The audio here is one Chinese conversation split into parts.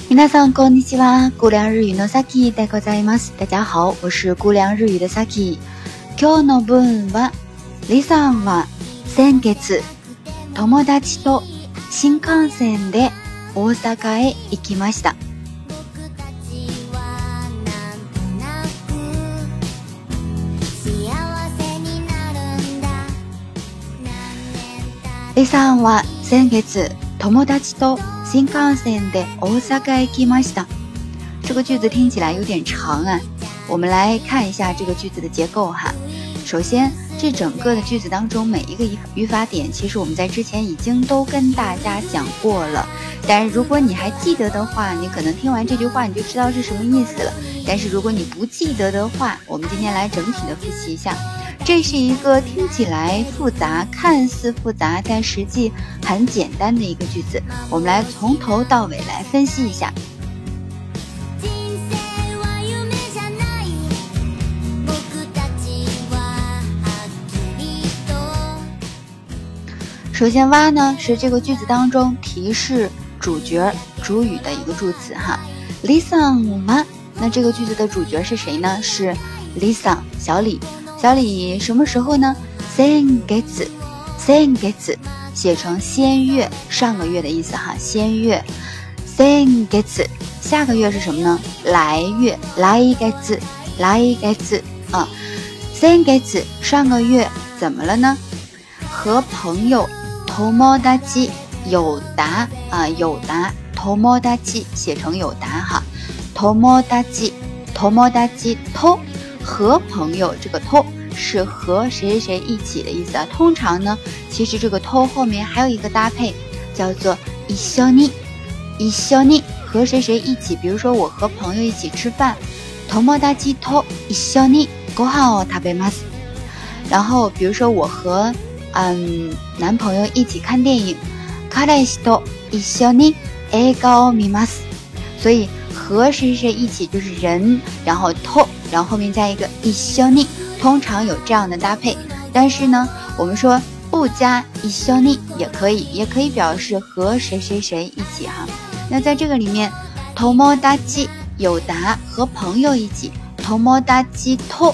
皆さんこんにちは。估量日语のサキでございます。大家好，我是估量日语的サキ。今日の文は、リさんは先月友達と新幹線で大阪へ行きました。リさんは先月友達と新幹線で大阪へ行きました。这个句子听起来有点长啊，我们来看一下这个句子的结构哈。首先，这整个的句子当中每一个语法点，其实我们在之前已经都跟大家讲过了。但是如果你还记得的话，你可能听完这句话你就知道是什么意思了。但是如果你不记得的话，我们今天来整体的复习一下。这是一个听起来复杂，看似复杂，但实际很简单的一个句子。我们来从头到尾来分析一下。首先哇呢是这个句子当中提示主角主语的一个助词哈。Lisa 哇，那这个句子的主角是谁呢？是 Lisa 小李。小李什么时候呢？先月写成先月，上个月的意思哈。先月，先月，下个月是什么呢？来月，来月啊。先月上个月怎么了呢？和朋友友達友達啊，友達友達写成友達哈。友達と和朋友，这个と是和谁谁谁一起的意思啊。通常呢，其实這個と後面還有一個搭配，叫做一緒に和誰誰一起。比如說我和朋友一起吃飯，友達と一緒にご飯を食べます。然後比如說我和男朋友一起看電影，彼氏と一緒に映画を見ます。所以和谁谁一起就是人，然后と，然后后面加一个一緒に，通常有这样的搭配。但是呢，我们说不加一緒に也可以表示和谁谁谁一起哈。那在这个里面，友達友達和朋友一起，友達と。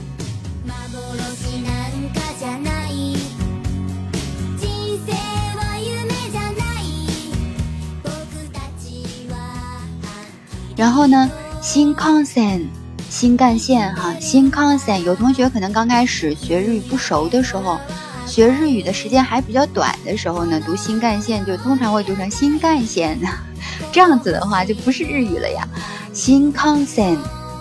然后呢，新幹線新干线哈，新幹線有同学可能刚开始学日语不熟的时候，学日语的时间还比较短的时候呢，读新干线就通常会读成新干线，这样子的话就不是日语了呀。新幹線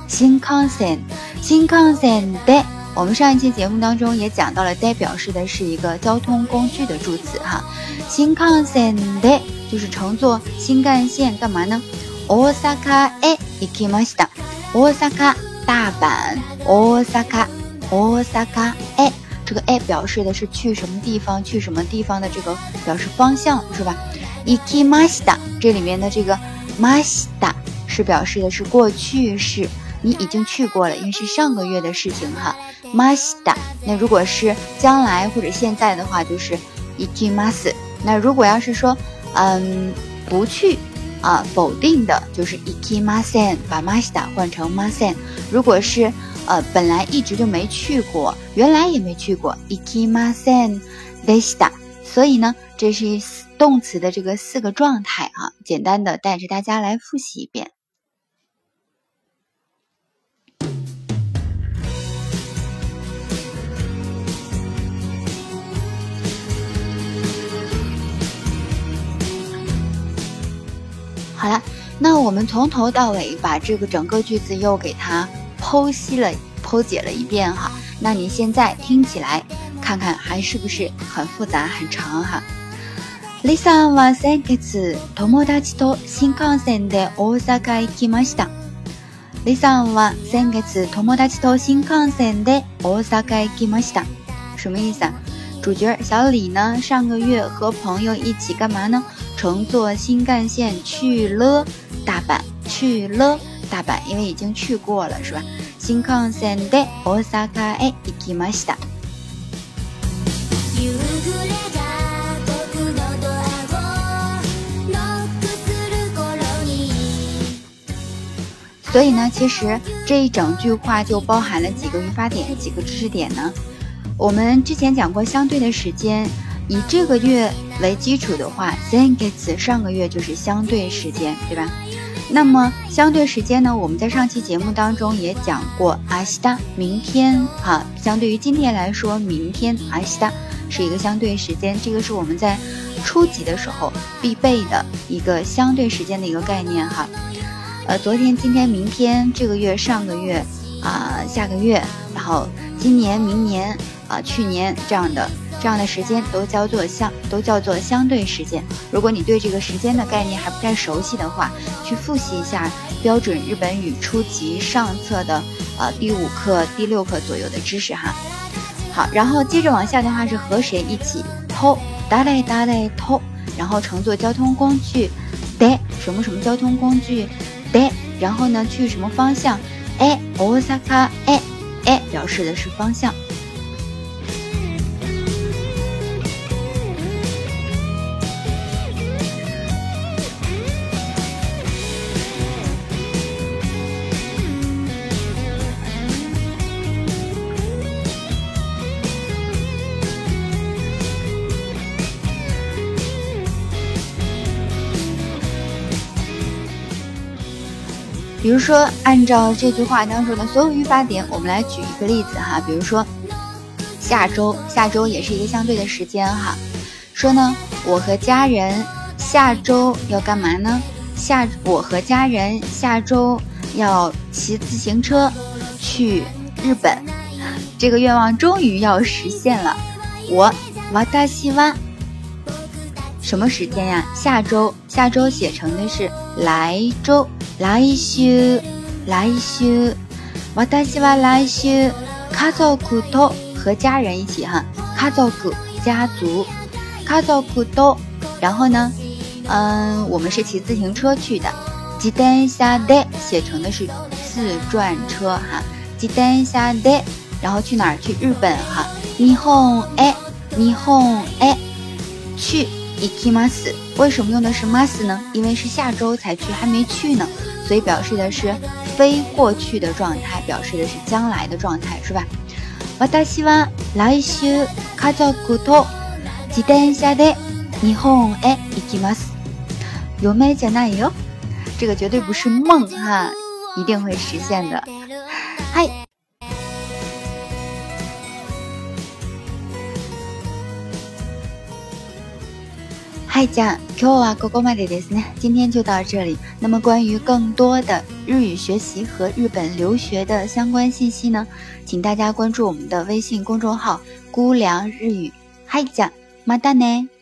で，我们上一期节目当中也讲到了，で表示的是一个交通工具的助词哈。新幹線で就是乘坐新干线干嘛呢？大阪へ行きました。大阪大阪，大阪へ，这个へ表示的是去什么地方，去什么地方的这个表示方向是吧？行きました，这里面的这个ました是表示的是过去式，你已经去过了，因为是上个月的事情哈。ました，那如果是将来或者现在的话，就是行きます。那如果要是说不去否定的就是行きません，把ました换成ません。如果是本来一直就没去过，原来也没去过，行きませんでした。所以呢，这是动词的这个4个状态啊，简单的带着大家来复习一遍。好了，那我们从头到尾把这个整个句子又给它剖解了一遍哈。那你现在听起来看看还是不是很复杂很长哈。リさんは先月友達と新幹線で大阪へ行きました。リさんは先月友達と新幹線で大阪へ行きました。什么意思啊？主角小李呢，上个月和朋友一起干嘛呢？乘坐新干线去了大阪，因为已经去过了是吧？新幹線で大阪へ行きました。 所以呢，其实这一整句话就包含了几个语法点，几个知识点呢。我们之前讲过相对的时间，以这个月为基础的话，先月上个月就是相对时间，对吧？那么相对时间呢，我们在上期节目当中也讲过，明日明天哈，相对于今天来说，明天明日是一个相对时间，这个是我们在初级的时候必备的一个相对时间的一个概念哈。昨天、今天、明天，这个月、上个月下个月，然后今年、明年去年这样的时间都叫做相对时间。如果你对这个时间的概念还不太熟悉的话，去复习一下标准日本语初级上册的第5课、第6课左右的知识哈。好，然后接着往下的话是和谁一起偷誰誰偷，然后乘坐交通工具で什么什么交通工具で，然后呢去什么方向大阪表示的是方向。比如说按照这句话当中的所有语法点，我们来举一个例子哈。比如说下周也是一个相对的时间哈。说呢，我和家人下周要干嘛呢？我和家人下周要骑自行车去日本，这个愿望终于要实现了。私は什么时间呀？下周写成的是来周。来週私は来週家族と和家人一起哈，家族家族と，然后呢我们是骑自行车去的。自転車で写成的是自转车哈，自転車で，然后去哪儿？去日本哈。日本へ去行きます。为什么用的是ます呢？因为是下周才去，还没去呢，所以表示的是非过去的状态，表示的是将来的状态，是吧？私は来週家族と自転車で日本へ行きます。夢じゃないよ，这个绝对不是梦哈，一定会实现的。嗨。嗨家，今日はここまでですね。今天就到这里。那么关于更多的日语学习和日本留学的相关信息呢，请大家关注我们的微信公众号“姑凉日语”。嗨家，またね。